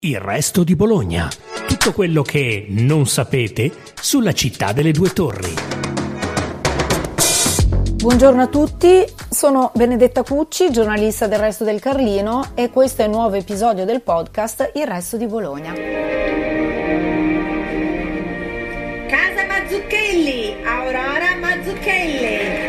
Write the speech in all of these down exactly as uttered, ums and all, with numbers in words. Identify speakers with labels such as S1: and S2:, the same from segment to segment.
S1: Il resto di Bologna. Tutto quello che non sapete sulla città delle due torri.
S2: Buongiorno a tutti, sono Benedetta Cucci, giornalista del Resto del Carlino, e questo è il nuovo episodio del podcast Il resto di Bologna.
S3: Casa Mazzucchelli, Aurora Mazzucchelli.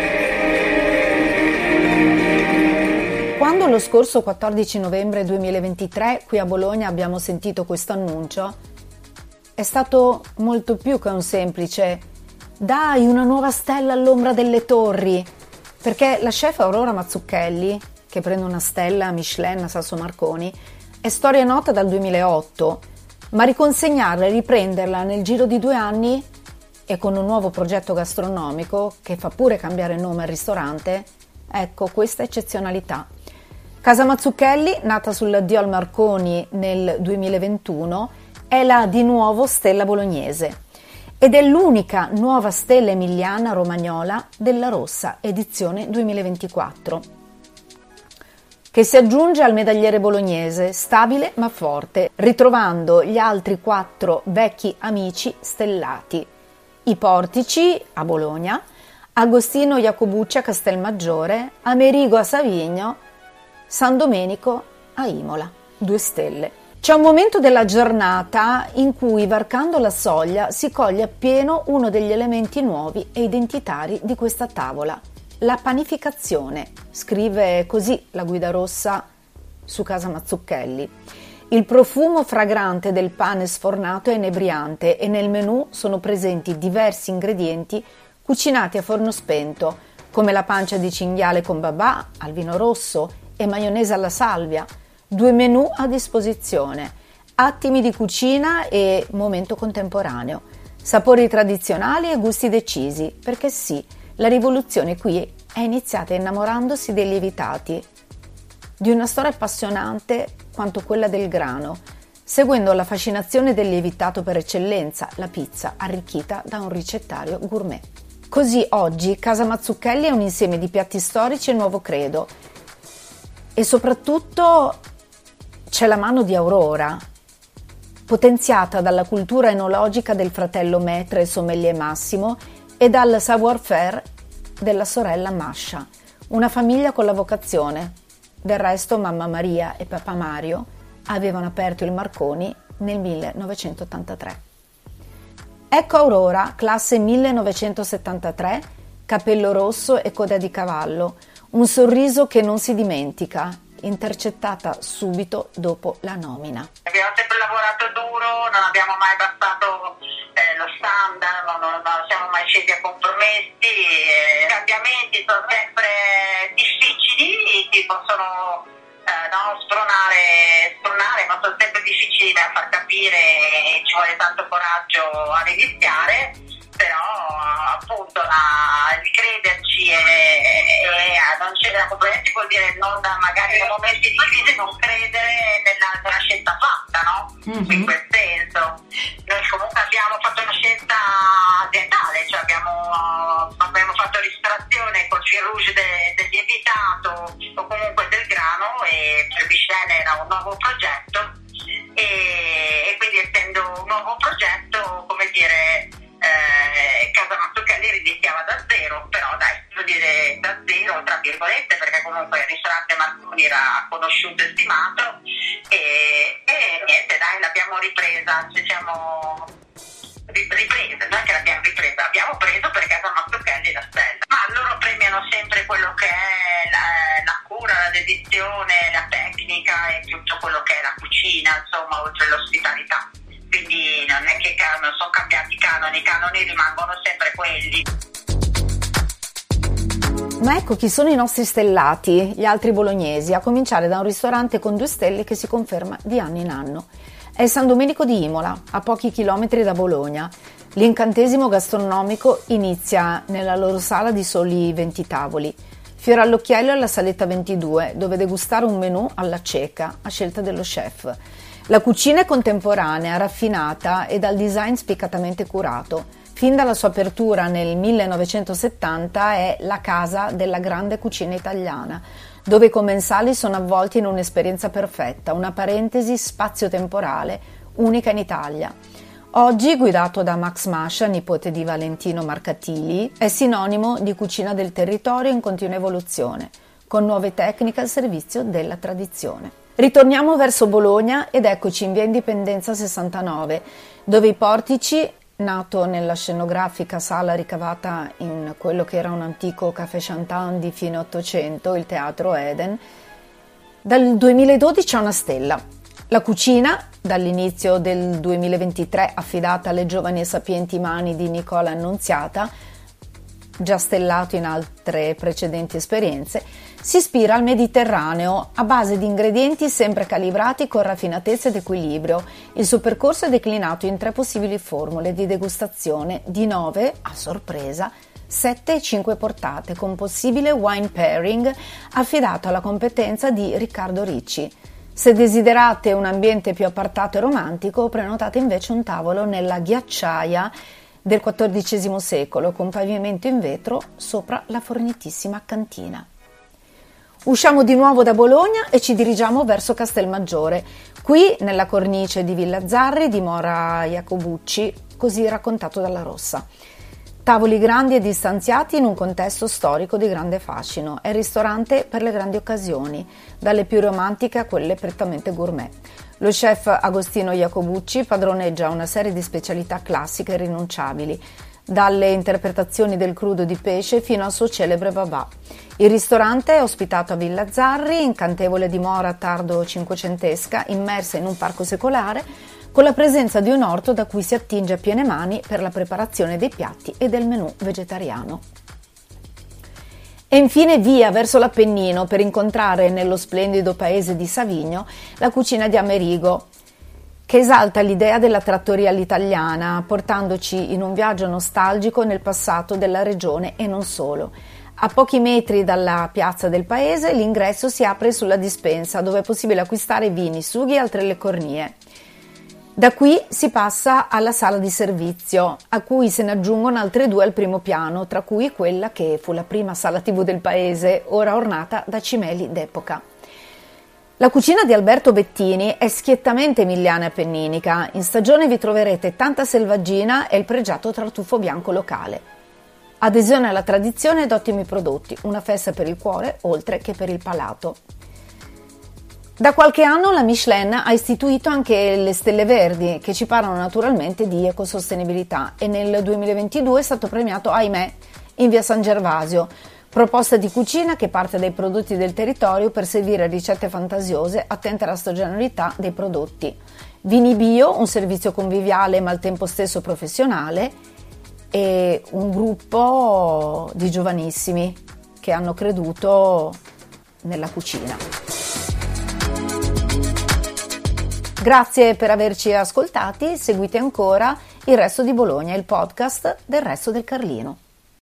S2: Quando lo scorso quattordici novembre duemilaventitré qui a Bologna abbiamo sentito questo annuncio, è stato molto più che un semplice «Dai, una nuova stella all'ombra delle torri», perché la chef Aurora Mazzucchelli, che prende una stella Michelin a Sasso Marconi, è storia nota dal duemilaotto, ma riconsegnarla e riprenderla nel giro di due anni e con un nuovo progetto gastronomico che fa pure cambiare nome al ristorante, ecco, questa eccezionalità. Casa Mazzucchelli, nata sull'addio al Marconi nel duemilaventuno, è la di nuovo stella bolognese ed è l'unica nuova stella emiliana romagnola della Rossa edizione duemilaventiquattro, che si aggiunge al medagliere bolognese, stabile ma forte, ritrovando gli altri quattro vecchi amici stellati: i Portici a Bologna, Agostino Iacobucci a Castelmaggiore, Amerigo a Savigno, San Domenico a Imola, due stelle. C'è un momento della giornata in cui, varcando la soglia, si coglie appieno uno degli elementi nuovi e identitari di questa tavola, la panificazione. Scrive così la guida rossa su Casa Mazzucchelli. Il profumo fragrante del pane sfornato è inebriante e nel menù sono presenti diversi ingredienti cucinati a forno spento, come la pancia di cinghiale con babà al vino rosso e maionese alla salvia, due menù a disposizione, attimi di cucina e momento contemporaneo, sapori tradizionali e gusti decisi, perché sì, la rivoluzione qui è iniziata innamorandosi dei lievitati, di una storia appassionante quanto quella del grano, seguendo la fascinazione del lievitato per eccellenza, la pizza arricchita da un ricettario gourmet. Così oggi Casa Mazzucchelli è un insieme di piatti storici e nuovo credo, e soprattutto c'è la mano di Aurora, potenziata dalla cultura enologica del fratello Maître e sommelier Massimo e dal savoir-faire della sorella Mascia, una famiglia con la vocazione. Del resto mamma Maria e papà Mario avevano aperto il Marconi nel millenovecentottantatré. Ecco Aurora, classe millenovecentosettantatré, capello rosso e coda di cavallo, un sorriso che non si dimentica, intercettata subito dopo la nomina.
S4: Abbiamo sempre lavorato duro, non abbiamo mai abbassato eh, lo standard, non, non, non siamo mai scesi a compromessi, eh, i cambiamenti sono sempre difficili, ti possono eh, no, spronare, spronare, ma sono sempre difficili da far capire e ci vuole tanto coraggio a iniziare. Però appunto la, il crederci e, e a non cedere a compromessi vuol dire non magari nei momenti di crisi non credere nella, nella scelta fatta, no? Mm-hmm. In quel senso noi comunque abbiamo fatto una scelta aziendale, cioè abbiamo, abbiamo fatto ristorazione col fil rouge de, del lievitato o comunque del grano, e per Michelin era un nuovo progetto e, e quindi essendo un nuovo progetto, come dire, Eh, Casa Mazzucchelli riniziava da zero, però dai, devo dire da zero tra virgolette, perché comunque il ristorante Marconi era conosciuto e stimato, e, e niente, dai, l'abbiamo ripresa, ci siamo riprese, non è che l'abbiamo ripresa, abbiamo preso per Casa Mazzucchelli la stella, ma loro premiano sempre quello che è la, la cura, la dedizione, la tecnica e tutto quello che è la cucina, insomma, oltre l'ospitalità. Quindi non è che non sono cambiati i canoni, i canoni rimangono sempre quelli.
S2: Ma ecco chi sono i nostri stellati, gli altri bolognesi, a cominciare da un ristorante con due stelle che si conferma di anno in anno. È San Domenico di Imola, a pochi chilometri da Bologna. L'incantesimo gastronomico inizia nella loro sala di soli venti tavoli. Fiore all'occhiello alla saletta ventidue, dove degustare un menù alla cieca, a scelta dello chef. La cucina è contemporanea, raffinata e dal design spiccatamente curato. Fin dalla sua apertura nel millenovecentosettanta è la casa della grande cucina italiana, dove i commensali sono avvolti in un'esperienza perfetta, una parentesi spazio-temporale unica in Italia. Oggi, guidato da Max Mascia, nipote di Valentino Marcatili, è sinonimo di cucina del territorio in continua evoluzione, con nuove tecniche al servizio della tradizione. Ritorniamo verso Bologna ed eccoci in via Indipendenza sessantanove, dove i portici, nato nella scenografica sala ricavata in quello che era un antico caffè chantant di fine Ottocento, il Teatro Eden, dal duemiladodici ha una stella. La cucina, dall'inizio del duemilaventitré affidata alle giovani e sapienti mani di Nicola Annunziata, già stellato in altre precedenti esperienze, si ispira al Mediterraneo a base di ingredienti sempre calibrati con raffinatezza ed equilibrio. Il suo percorso è declinato in tre possibili formule di degustazione di nove, a sorpresa, sette e cinque portate, con possibile wine pairing affidato alla competenza di Riccardo Ricci. Se desiderate un ambiente più appartato e romantico, prenotate invece un tavolo nella ghiacciaia del quattordicesimo secolo con pavimento in vetro sopra la fornitissima cantina. Usciamo di nuovo da Bologna e ci dirigiamo verso Castelmaggiore. Qui, nella cornice di Villa Zarri, dimora Iacobucci, così raccontato dalla Rossa. Tavoli grandi e distanziati in un contesto storico di grande fascino. È il ristorante per le grandi occasioni, dalle più romantiche a quelle prettamente gourmet. Lo chef Agostino Iacobucci padroneggia una serie di specialità classiche irrinunciabili, dalle interpretazioni del crudo di pesce fino al suo celebre babà. Il ristorante è ospitato a Villa Zarri, incantevole dimora tardo cinquecentesca, immersa in un parco secolare, con la presenza di un orto da cui si attinge a piene mani per la preparazione dei piatti e del menù vegetariano. E infine via verso l'Appennino per incontrare nello splendido paese di Savigno la cucina di Amerigo, che esalta l'idea della trattoria all'italiana, portandoci in un viaggio nostalgico nel passato della regione e non solo. A pochi metri dalla piazza del paese l'ingresso si apre sulla dispensa, dove è possibile acquistare vini, sughi e altre leccornie. Da qui si passa alla sala di servizio, a cui se ne aggiungono altre due al primo piano, tra cui quella che fu la prima sala tivù del paese, ora ornata da cimeli d'epoca. La cucina di Alberto Bettini è schiettamente emiliana e appenninica. In stagione vi troverete tanta selvaggina e il pregiato tartufo bianco locale. Adesione alla tradizione ed ottimi prodotti, una festa per il cuore oltre che per il palato. Da qualche anno la Michelin ha istituito anche le stelle verdi, che ci parlano naturalmente di ecosostenibilità, e nel duemilaventidue è stato premiato, ahimè, in via San Gervasio. Proposta di cucina che parte dai prodotti del territorio per servire ricette fantasiose attente alla stagionalità dei prodotti. Vini bio, un servizio conviviale ma al tempo stesso professionale, e un gruppo di giovanissimi che hanno creduto nella cucina. Grazie per averci ascoltati, seguite ancora Il Resto di Bologna, il podcast del Resto del Carlino.